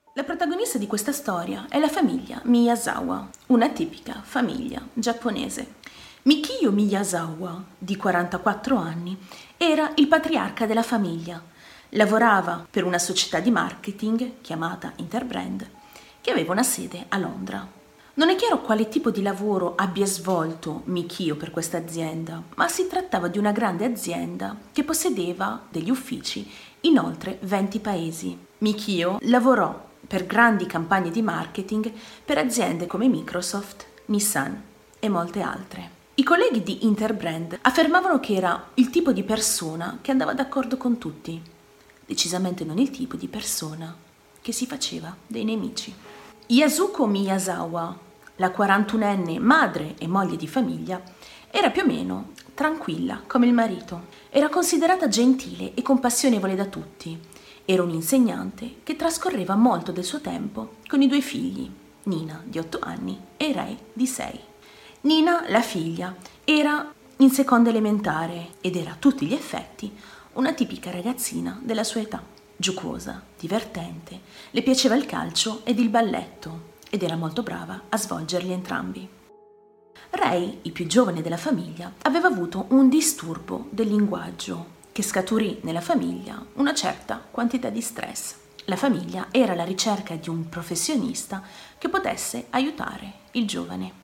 La protagonista di questa storia è la famiglia Miyazawa, una tipica famiglia giapponese. Mikio Miyazawa, di 44 anni, era il patriarca della famiglia. Lavorava per una società di marketing chiamata Interbrand, che aveva una sede a Londra. Non è chiaro quale tipo di lavoro abbia svolto Mikio per questa azienda, ma si trattava di una grande azienda che possedeva degli uffici in oltre 20 paesi. Mikio lavorò per grandi campagne di marketing per aziende come Microsoft, Nissan e molte altre. I colleghi di Interbrand affermavano che era il tipo di persona che andava d'accordo con tutti, decisamente non il tipo di persona che si faceva dei nemici. Yasuko Miyazawa, la 41enne madre e moglie di famiglia, era più o meno tranquilla come il marito. Era considerata gentile e compassionevole da tutti. Era un insegnante che trascorreva molto del suo tempo con i due figli, Nina di 8 anni e Rei di 6. Nina, la figlia, era in seconda elementare ed era a tutti gli effetti una tipica ragazzina della sua età. Giocosa, divertente, le piaceva il calcio ed il balletto ed era molto brava a svolgerli entrambi. Ray, il più giovane della famiglia, aveva avuto un disturbo del linguaggio che scaturì nella famiglia una certa quantità di stress. La famiglia era alla ricerca di un professionista che potesse aiutare il giovane.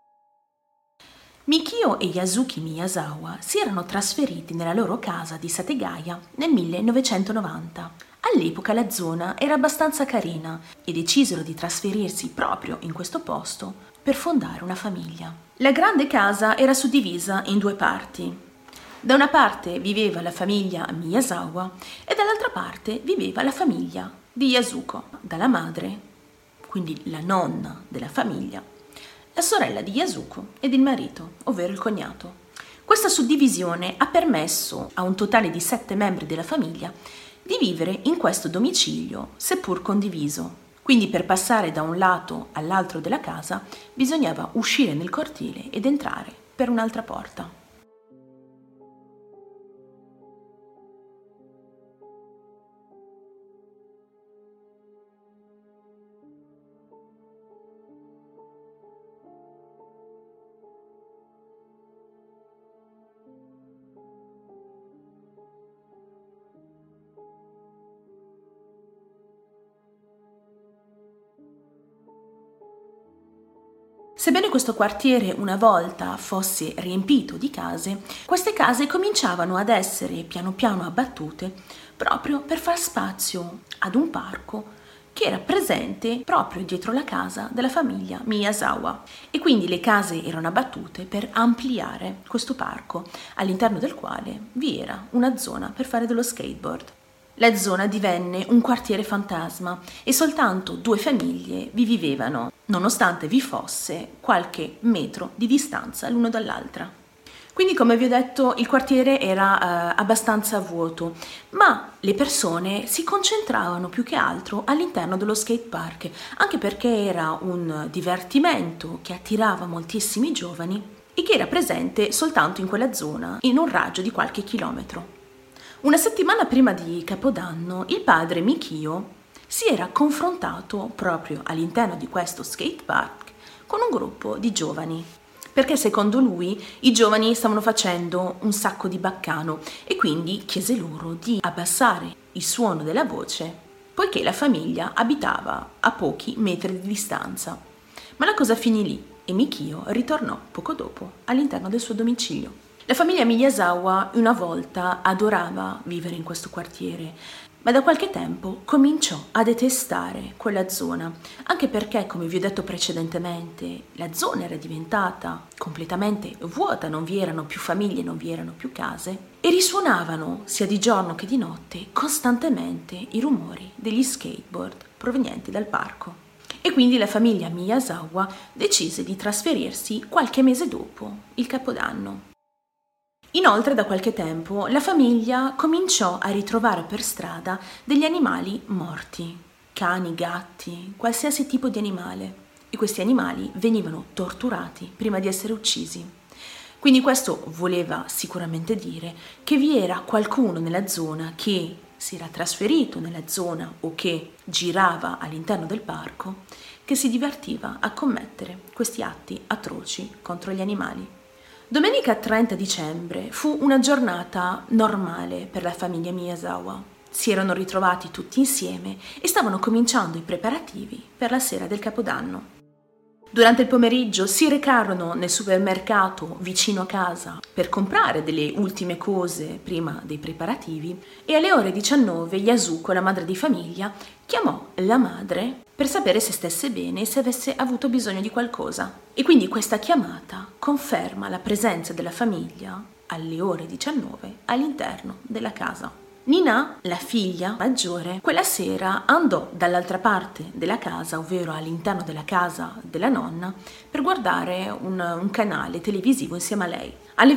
Mikio e Yasuki Miyazawa si erano trasferiti nella loro casa di Sategaya nel 1990. All'epoca la zona era abbastanza carina e decisero di trasferirsi proprio in questo posto per fondare una famiglia. La grande casa era suddivisa in due parti. Da una parte viveva la famiglia Miyazawa e dall'altra parte viveva la famiglia di Yasuko, dalla madre, quindi la nonna della famiglia, la sorella di Yasuko ed il marito, ovvero il cognato. Questa suddivisione ha permesso a un totale di 7 membri della famiglia di vivere in questo domicilio, seppur condiviso. Quindi per passare da un lato all'altro della casa bisognava uscire nel cortile ed entrare per un'altra porta. Sebbene questo quartiere una volta fosse riempito di case, queste case cominciavano ad essere piano piano abbattute proprio per far spazio ad un parco che era presente proprio dietro la casa della famiglia Miyazawa, e quindi le case erano abbattute per ampliare questo parco, all'interno del quale vi era una zona per fare dello skateboard. La zona divenne un quartiere fantasma e soltanto 2 famiglie vi vivevano, nonostante vi fosse qualche metro di distanza l'uno dall'altra. Quindi, come vi ho detto, il quartiere era abbastanza vuoto, ma le persone si concentravano più che altro all'interno dello skate park, anche perché era un divertimento che attirava moltissimi giovani e che era presente soltanto in quella zona, in un raggio di qualche chilometro. Una settimana prima di Capodanno, il padre Mikio si era confrontato proprio all'interno di questo skate park con un gruppo di giovani, perché secondo lui i giovani stavano facendo un sacco di baccano e quindi chiese loro di abbassare il suono della voce, poiché la famiglia abitava a pochi metri di distanza. Ma la cosa finì lì e Mikio ritornò poco dopo all'interno del suo domicilio. La famiglia Miyazawa una volta adorava vivere in questo quartiere, ma da qualche tempo cominciò a detestare quella zona, anche perché, come vi ho detto precedentemente, la zona era diventata completamente vuota, non vi erano più famiglie, non vi erano più case, e risuonavano, sia di giorno che di notte, costantemente i rumori degli skateboard provenienti dal parco. E quindi la famiglia Miyazawa decise di trasferirsi qualche mese dopo il Capodanno. Inoltre, da qualche tempo, la famiglia cominciò a ritrovare per strada degli animali morti, cani, gatti, qualsiasi tipo di animale, e questi animali venivano torturati prima di essere uccisi. Quindi questo voleva sicuramente dire che vi era qualcuno nella zona che si era trasferito nella zona o che girava all'interno del parco, che si divertiva a commettere questi atti atroci contro gli animali. Domenica 30 dicembre fu una giornata normale per la famiglia Miyazawa. Si erano ritrovati tutti insieme e stavano cominciando i preparativi per la sera del Capodanno. Durante il pomeriggio si recarono nel supermercato vicino a casa per comprare delle ultime cose prima dei preparativi e alle ore 19 Yasuko, la madre di famiglia, chiamò la madre per sapere se stesse bene e se avesse avuto bisogno di qualcosa. E quindi questa chiamata conferma la presenza della famiglia alle ore 19 all'interno della casa. Nina, la figlia maggiore, quella sera andò dall'altra parte della casa, ovvero all'interno della casa della nonna, per guardare un canale televisivo insieme a lei. Alle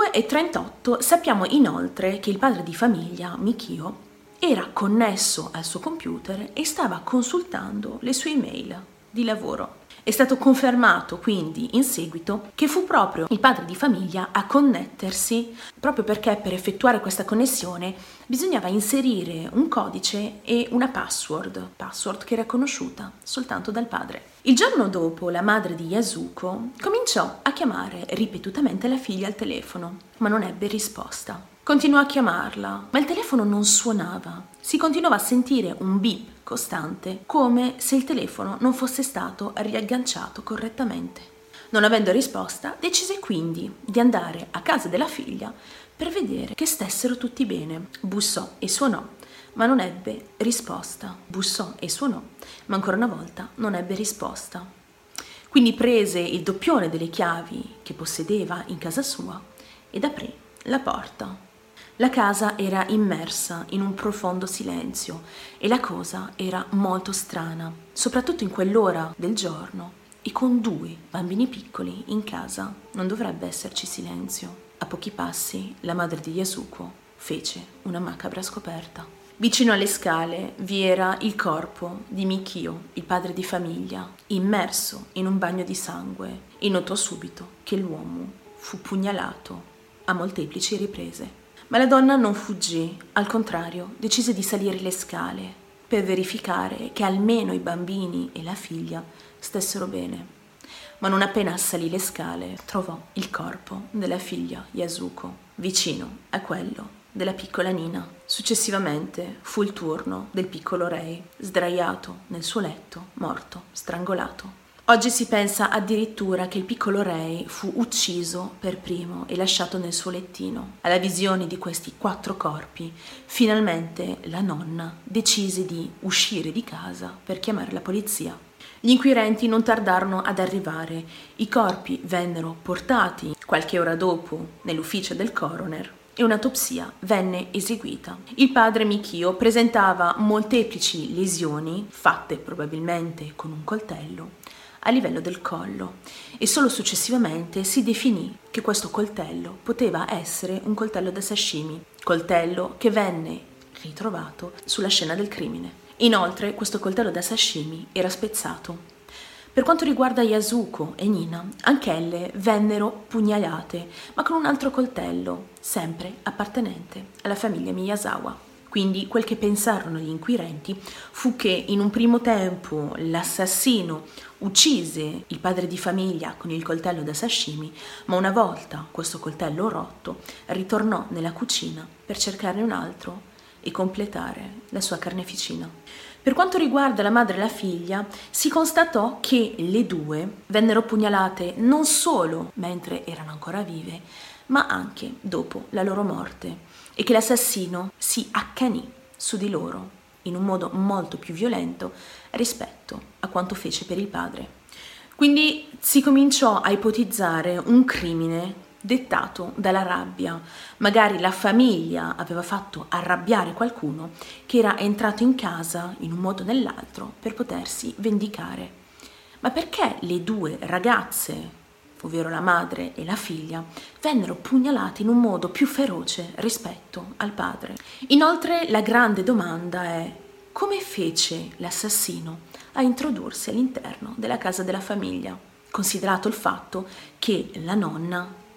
22:38 sappiamo inoltre che il padre di famiglia, Mikio, era connesso al suo computer e stava consultando le sue email di lavoro. È stato confermato quindi in seguito che fu proprio il padre di famiglia a connettersi, proprio perché per effettuare questa connessione bisognava inserire un codice e una password che era conosciuta soltanto dal padre. Il giorno dopo la madre di Yasuko cominciò a chiamare ripetutamente la figlia al telefono, ma non ebbe risposta. Continuò a chiamarla, ma il telefono non suonava. Si continuava a sentire un beep costante, come se il telefono non fosse stato riagganciato correttamente. Non avendo risposta, decise quindi di andare a casa della figlia per vedere che stessero tutti bene. Bussò e suonò, ma non ebbe risposta. Bussò e suonò, ma ancora una volta non ebbe risposta. Quindi prese il doppione delle chiavi che possedeva in casa sua ed aprì la porta. La casa era immersa in un profondo silenzio e la cosa era molto strana, soprattutto in quell'ora del giorno e con 2 bambini piccoli in casa. Non dovrebbe esserci silenzio. A pochi passi la madre di Yasuko fece una macabra scoperta. Vicino alle scale vi era il corpo di Mikio, il padre di famiglia, immerso in un bagno di sangue e notò subito che l'uomo fu pugnalato a molteplici riprese. Ma la donna non fuggì, al contrario, decise di salire le scale per verificare che almeno i bambini e la figlia stessero bene. Ma non appena salì le scale, trovò il corpo della figlia Yasuko, vicino a quello della piccola Nina. Successivamente fu il turno del piccolo Rei, sdraiato nel suo letto, morto, strangolato. Oggi si pensa addirittura che il piccolo Rei fu ucciso per primo e lasciato nel suo lettino. Alla visione di questi 4 corpi, finalmente la nonna decise di uscire di casa per chiamare la polizia. Gli inquirenti non tardarono ad arrivare. I corpi vennero portati qualche ora dopo nell'ufficio del coroner e un'autopsia venne eseguita. Il padre Mikio presentava molteplici lesioni, fatte probabilmente con un coltello, a livello del collo e solo successivamente si definì che questo coltello poteva essere un coltello da sashimi, coltello che venne ritrovato sulla scena del crimine. Inoltre questo coltello da sashimi era spezzato. Per quanto riguarda Yasuko e Nina, anch'elle vennero pugnalate, ma con un altro coltello, sempre appartenente alla famiglia Miyazawa. Quindi quel che pensarono gli inquirenti fu che in un primo tempo l'assassino uccise il padre di famiglia con il coltello da sashimi, ma una volta questo coltello rotto ritornò nella cucina per cercarne un altro e completare la sua carneficina. Per quanto riguarda la madre e la figlia, si constatò che le 2 vennero pugnalate non solo mentre erano ancora vive, ma anche dopo la loro morte, e che l'assassino si accanì su di loro in un modo molto più violento rispetto a quanto fece per il padre. Quindi si cominciò a ipotizzare un crimine dettato dalla rabbia. Magari la famiglia aveva fatto arrabbiare qualcuno che era entrato in casa in un modo o nell'altro per potersi vendicare. Ma perché le 2 ragazze, ovvero la madre e la figlia, vennero pugnalate in un modo più feroce rispetto al padre? Inoltre la grande domanda è: come fece l'assassino a introdursi all'interno della casa della famiglia, considerato il fatto che la nonna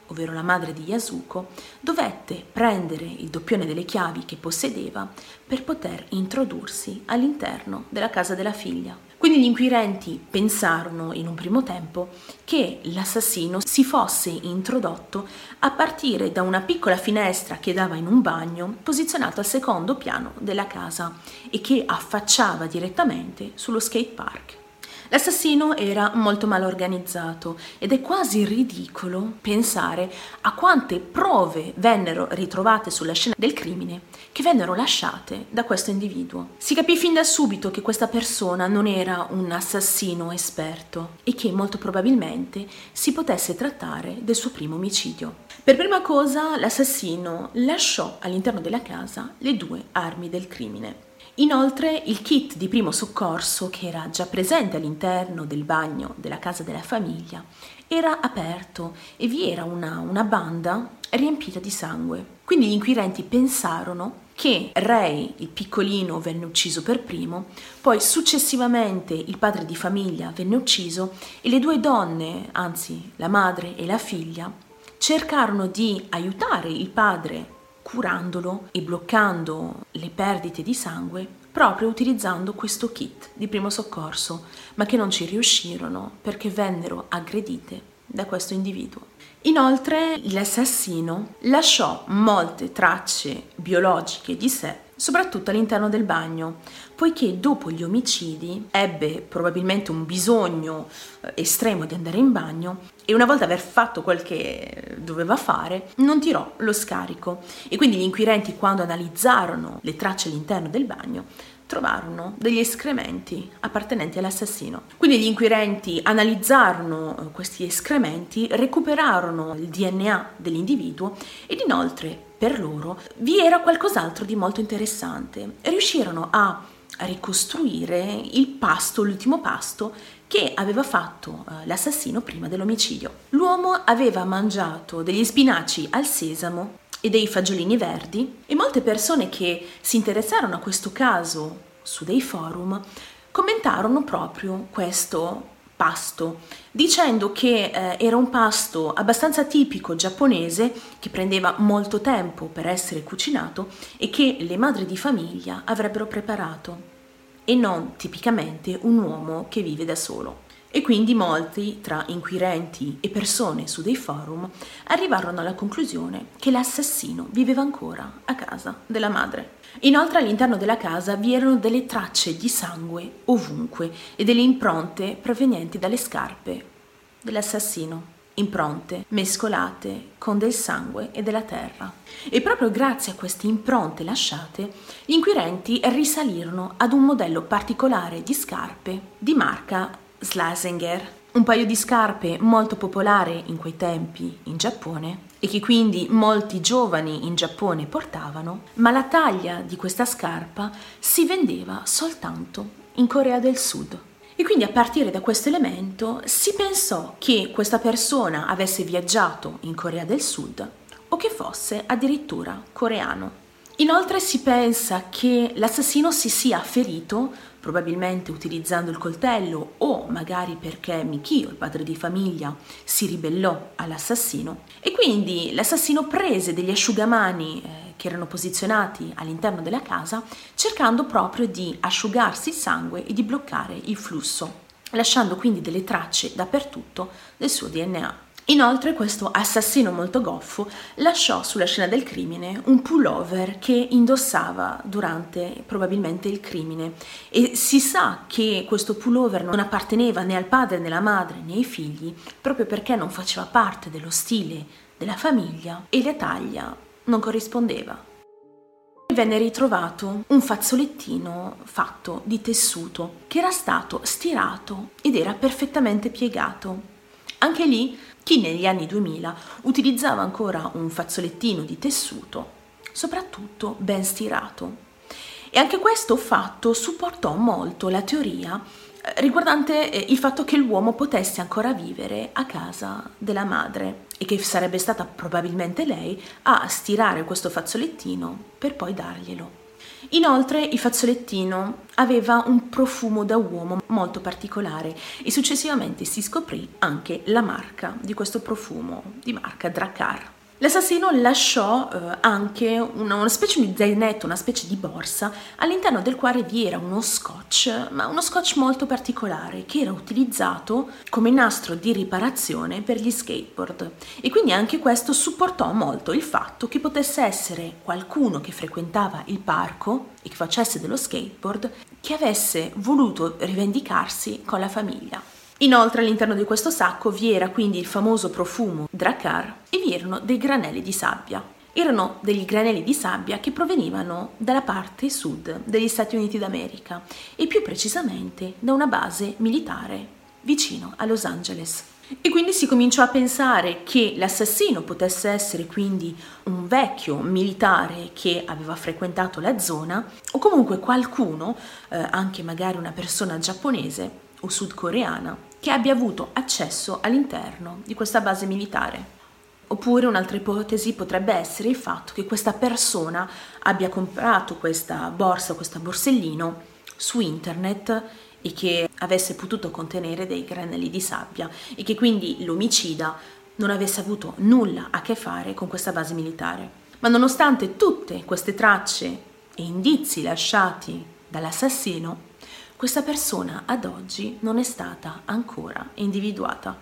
ovvero la madre di Yasuko, dovette prendere il doppione delle chiavi che possedeva per poter introdursi all'interno della casa della figlia. Quindi gli inquirenti pensarono in un primo tempo che l'assassino si fosse introdotto a partire da una piccola finestra che dava in un bagno posizionato al secondo piano della casa e che affacciava direttamente sullo skate park. L'assassino era molto mal organizzato ed è quasi ridicolo pensare a quante prove vennero ritrovate sulla scena del crimine che vennero lasciate da questo individuo. Si capì fin da subito che questa persona non era un assassino esperto e che molto probabilmente si potesse trattare del suo primo omicidio. Per prima cosa l'assassino lasciò all'interno della casa le 2 armi del crimine. Inoltre il kit di primo soccorso, che era già presente all'interno del bagno della casa della famiglia, era aperto e vi era una banda riempita di sangue. Quindi gli inquirenti pensarono che Ray, il piccolino, venne ucciso per primo, poi successivamente il padre di famiglia venne ucciso e le 2 donne, anzi la madre e la figlia, cercarono di aiutare il padre curandolo e bloccando le perdite di sangue proprio utilizzando questo kit di primo soccorso, ma che non ci riuscirono perché vennero aggredite da questo individuo. Inoltre l'assassino lasciò molte tracce biologiche di sé, soprattutto all'interno del bagno, poiché dopo gli omicidi ebbe probabilmente un bisogno estremo di andare in bagno e una volta aver fatto quel che doveva fare non tirò lo scarico e quindi gli inquirenti, quando analizzarono le tracce all'interno del bagno, trovarono degli escrementi appartenenti all'assassino. Quindi gli inquirenti analizzarono questi escrementi, recuperarono il DNA dell'individuo ed inoltre per loro vi era qualcos'altro di molto interessante. Riuscirono a ricostruire l'ultimo pasto che aveva fatto l'assassino prima dell'omicidio. L'uomo aveva mangiato degli spinaci al sesamo e dei fagiolini verdi e molte persone che si interessarono a questo caso su dei forum commentarono proprio questo pasto, dicendo che era un pasto abbastanza tipico giapponese che prendeva molto tempo per essere cucinato e che le madri di famiglia avrebbero preparato e non tipicamente un uomo che vive da solo. E quindi molti, tra inquirenti e persone su dei forum, arrivarono alla conclusione che l'assassino viveva ancora a casa della madre. Inoltre all'interno della casa vi erano delle tracce di sangue ovunque e delle impronte provenienti dalle scarpe dell'assassino, impronte mescolate con del sangue e della terra. E proprio grazie a queste impronte lasciate, gli inquirenti risalirono ad un modello particolare di scarpe di marca Schlesinger, un paio di scarpe molto popolare in quei tempi in Giappone e che quindi molti giovani in Giappone portavano, ma la taglia di questa scarpa si vendeva soltanto in Corea del Sud. E quindi a partire da questo elemento si pensò che questa persona avesse viaggiato in Corea del Sud o che fosse addirittura coreano. Inoltre si pensa che l'assassino si sia ferito, probabilmente utilizzando il coltello o magari perché Mikio, il padre di famiglia, si ribellò all'assassino e quindi l'assassino prese degli asciugamani che erano posizionati all'interno della casa cercando proprio di asciugarsi il sangue e di bloccare il flusso, lasciando quindi delle tracce dappertutto del suo DNA. Inoltre questo assassino molto goffo lasciò sulla scena del crimine un pullover che indossava durante probabilmente il crimine e si sa che questo pullover non apparteneva né al padre né alla madre né ai figli proprio perché non faceva parte dello stile della famiglia e la taglia non corrispondeva. Venne ritrovato un fazzolettino fatto di tessuto che era stato stirato ed era perfettamente piegato. Anche lì, chi negli anni 2000 utilizzava ancora un fazzolettino di tessuto, soprattutto ben stirato. E anche questo fatto supportò molto la teoria riguardante il fatto che l'uomo potesse ancora vivere a casa della madre e che sarebbe stata probabilmente lei a stirare questo fazzolettino per poi darglielo. Inoltre il fazzolettino aveva un profumo da uomo molto particolare e successivamente si scoprì anche la marca di questo profumo, di marca Drakkar. L'assassino lasciò anche una specie di zainetto, una specie di borsa, all'interno del quale vi era uno scotch, ma uno scotch molto particolare, che era utilizzato come nastro di riparazione per gli skateboard. E quindi anche questo supportò molto il fatto che potesse essere qualcuno che frequentava il parco e che facesse dello skateboard, che avesse voluto rivendicarsi con la famiglia. Inoltre all'interno di questo sacco vi era quindi il famoso profumo Drakkar e vi erano dei granelli di sabbia. Erano degli granelli di sabbia che provenivano dalla parte sud degli Stati Uniti d'America e più precisamente da una base militare vicino a Los Angeles. E quindi si cominciò a pensare che l'assassino potesse essere quindi un vecchio militare che aveva frequentato la zona o comunque qualcuno, anche magari una persona giapponese o sudcoreana, che abbia avuto accesso all'interno di questa base militare. Oppure un'altra ipotesi potrebbe essere il fatto che questa persona abbia comprato questa borsa, questo borsellino su internet e che avesse potuto contenere dei granelli di sabbia e che quindi l'omicida non avesse avuto nulla a che fare con questa base militare. Ma nonostante tutte queste tracce e indizi lasciati dall'assassino, questa persona ad oggi non è stata ancora individuata.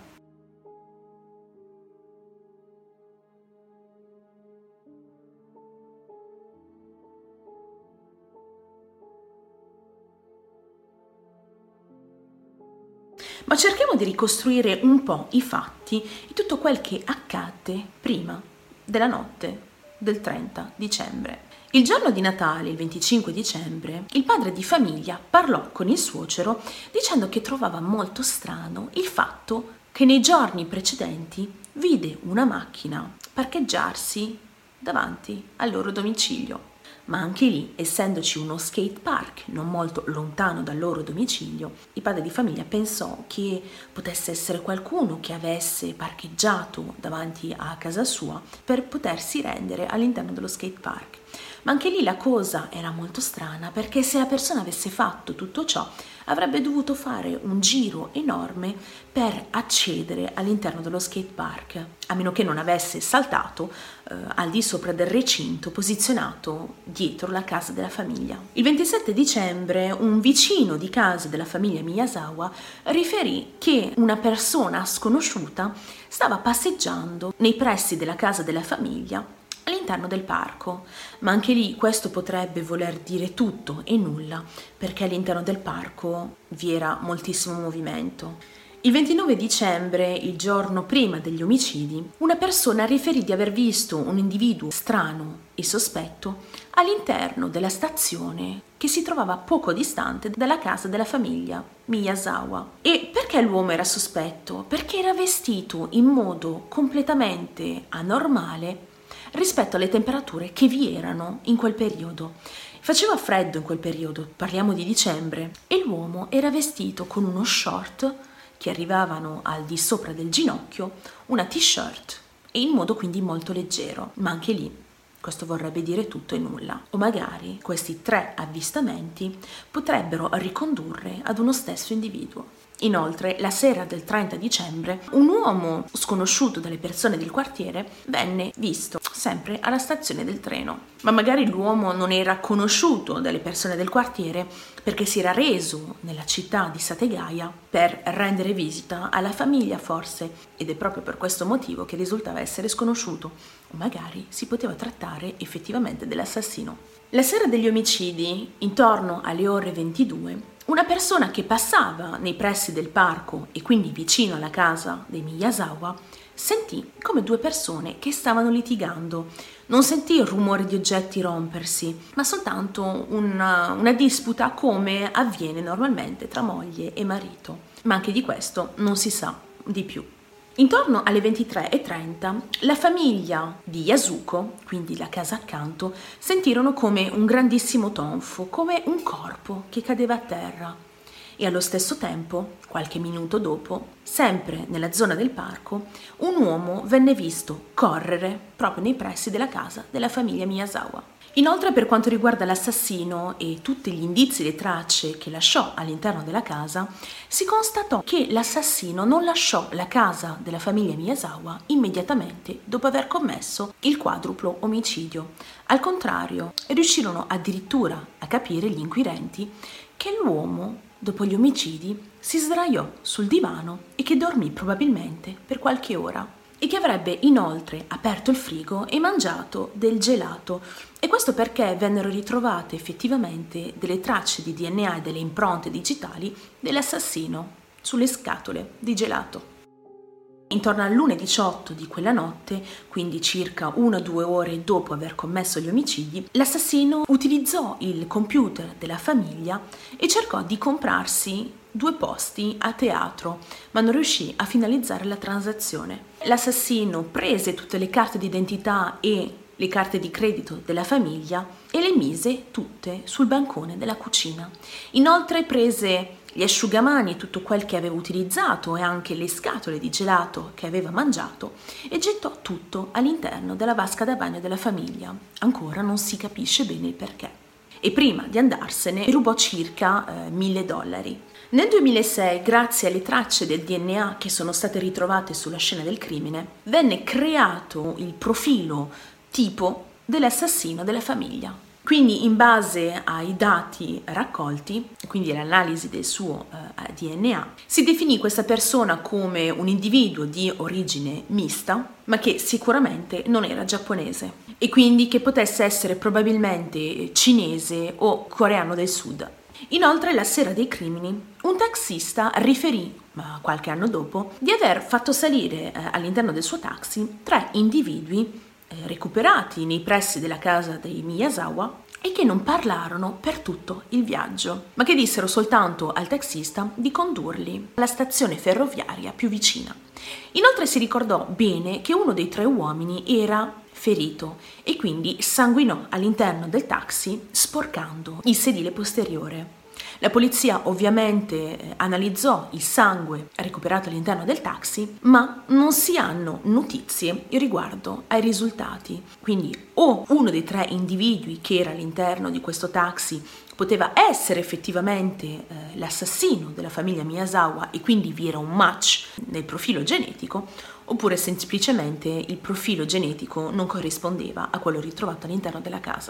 Ma cerchiamo di ricostruire un po' i fatti e tutto quel che accadde prima della notte del 30 dicembre. Il giorno di Natale, il 25 dicembre, il padre di famiglia parlò con il suocero dicendo che trovava molto strano il fatto che nei giorni precedenti vide una macchina parcheggiarsi davanti al loro domicilio. Ma anche lì, essendoci uno skate park non molto lontano dal loro domicilio, il padre di famiglia pensò che potesse essere qualcuno che avesse parcheggiato davanti a casa sua per potersi rendere all'interno dello skate park. Ma anche lì la cosa era molto strana, perché se la persona avesse fatto tutto ciò avrebbe dovuto fare un giro enorme per accedere all'interno dello skate park, a meno che non avesse saltato al di sopra del recinto posizionato dietro la casa della famiglia. Il 27 dicembre un vicino di casa della famiglia Miyazawa riferì che una persona sconosciuta stava passeggiando nei pressi della casa della famiglia all'interno del parco, ma anche lì questo potrebbe voler dire tutto e nulla, perché all'interno del parco vi era moltissimo movimento. Il 29 dicembre, il giorno prima degli omicidi, una persona riferì di aver visto un individuo strano e sospetto all'interno della stazione che si trovava poco distante dalla casa della famiglia Miyazawa. E perché l'uomo era sospetto? Perché era vestito in modo completamente anormale rispetto alle temperature che vi erano in quel periodo. Faceva freddo in quel periodo, parliamo di dicembre, e l'uomo era vestito con uno short che arrivavano al di sopra del ginocchio, una t-shirt e in modo quindi molto leggero. Ma anche lì questo vorrebbe dire tutto e nulla. O magari questi 3 avvistamenti potrebbero ricondurre ad uno stesso individuo. Inoltre, la sera del 30 dicembre, un uomo sconosciuto dalle persone del quartiere venne visto sempre alla stazione del treno. Ma magari l'uomo non era conosciuto dalle persone del quartiere perché si era reso nella città di Sategaya per rendere visita alla famiglia forse, ed è proprio per questo motivo che risultava essere sconosciuto, o magari si poteva trattare effettivamente dell'assassino. La sera degli omicidi, intorno alle ore 22, una persona che passava nei pressi del parco e quindi vicino alla casa dei Miyazawa sentì come 2 persone che stavano litigando. Non sentì il rumore di oggetti rompersi, ma soltanto una disputa come avviene normalmente tra moglie e marito. Ma anche di questo non si sa di più. Intorno alle 23:30 la famiglia di Yasuko, quindi la casa accanto, sentirono come un grandissimo tonfo, come un corpo che cadeva a terra. E allo stesso tempo, qualche minuto dopo, sempre nella zona del parco, un uomo venne visto correre proprio nei pressi della casa della famiglia Miyazawa. Inoltre, per quanto riguarda l'assassino e tutti gli indizi e le tracce che lasciò all'interno della casa, si constatò che l'assassino non lasciò la casa della famiglia Miyazawa immediatamente dopo aver commesso il quadruplo omicidio. Al contrario, riuscirono addirittura a capire gli inquirenti che l'uomo, dopo gli omicidi, si sdraiò sul divano e che dormì probabilmente per qualche ora, e che avrebbe inoltre aperto il frigo e mangiato del gelato. E questo perché vennero ritrovate effettivamente delle tracce di DNA e delle impronte digitali dell'assassino sulle scatole di gelato. Intorno all'1:18 di quella notte, quindi circa 1-2 ore dopo aver commesso gli omicidi, l'assassino utilizzò il computer della famiglia e cercò di comprarsi 2 posti a teatro, ma non riuscì a finalizzare la transazione. L'assassino prese tutte le carte d'identità e le carte di credito della famiglia e le mise tutte sul bancone della cucina. Inoltre prese gli asciugamani e tutto quel che aveva utilizzato e anche le scatole di gelato che aveva mangiato e gettò tutto all'interno della vasca da bagno della famiglia. Ancora non si capisce bene il perché. E prima di andarsene rubò circa $1.000. Nel 2006, grazie alle tracce del DNA che sono state ritrovate sulla scena del crimine, venne creato il profilo tipo dell'assassino della famiglia. Quindi, in base ai dati raccolti, quindi all'analisi del suo DNA, si definì questa persona come un individuo di origine mista, ma che sicuramente non era giapponese e quindi che potesse essere probabilmente cinese o coreano del sud. Inoltre, la sera dei crimini, un taxista riferì, qualche anno dopo, di aver fatto salire all'interno del suo taxi 3 individui recuperati nei pressi della casa dei Miyazawa e che non parlarono per tutto il viaggio, ma che dissero soltanto al taxista di condurli alla stazione ferroviaria più vicina. Inoltre si ricordò bene che uno dei 3 uomini era ferito e quindi sanguinò all'interno del taxi sporcando il sedile posteriore. La polizia ovviamente analizzò il sangue recuperato all'interno del taxi, ma non si hanno notizie riguardo ai risultati. Quindi o uno dei 3 individui che era all'interno di questo taxi poteva essere effettivamente l'assassino della famiglia Miyazawa e quindi vi era un match nel profilo genetico, oppure semplicemente il profilo genetico non corrispondeva a quello ritrovato all'interno della casa.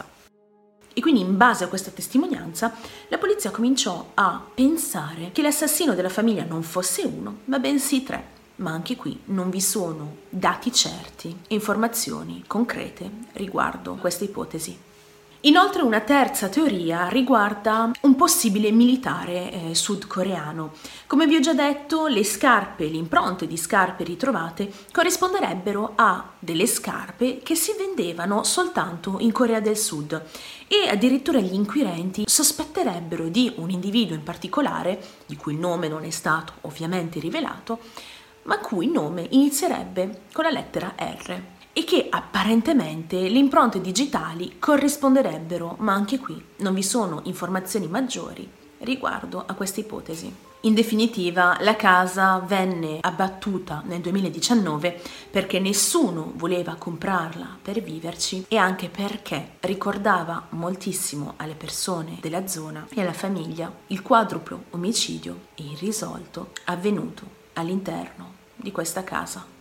E quindi, in base a questa testimonianza, la polizia cominciò a pensare che l'assassino della famiglia non fosse uno, ma bensì 3. Ma anche qui non vi sono dati certi e informazioni concrete riguardo questa ipotesi. Inoltre, una terza teoria riguarda un possibile militare sudcoreano. Come vi ho già detto, le impronte di scarpe ritrovate corrisponderebbero a delle scarpe che si vendevano soltanto in Corea del Sud e addirittura gli inquirenti sospetterebbero di un individuo in particolare, di cui il nome non è stato ovviamente rivelato, ma cui nome inizierebbe con la lettera R. E che apparentemente le impronte digitali corrisponderebbero, ma anche qui non vi sono informazioni maggiori riguardo a questa ipotesi. In definitiva, la casa venne abbattuta nel 2019 perché nessuno voleva comprarla per viverci e anche perché ricordava moltissimo alle persone della zona e alla famiglia il quadruplo omicidio irrisolto avvenuto all'interno di questa casa.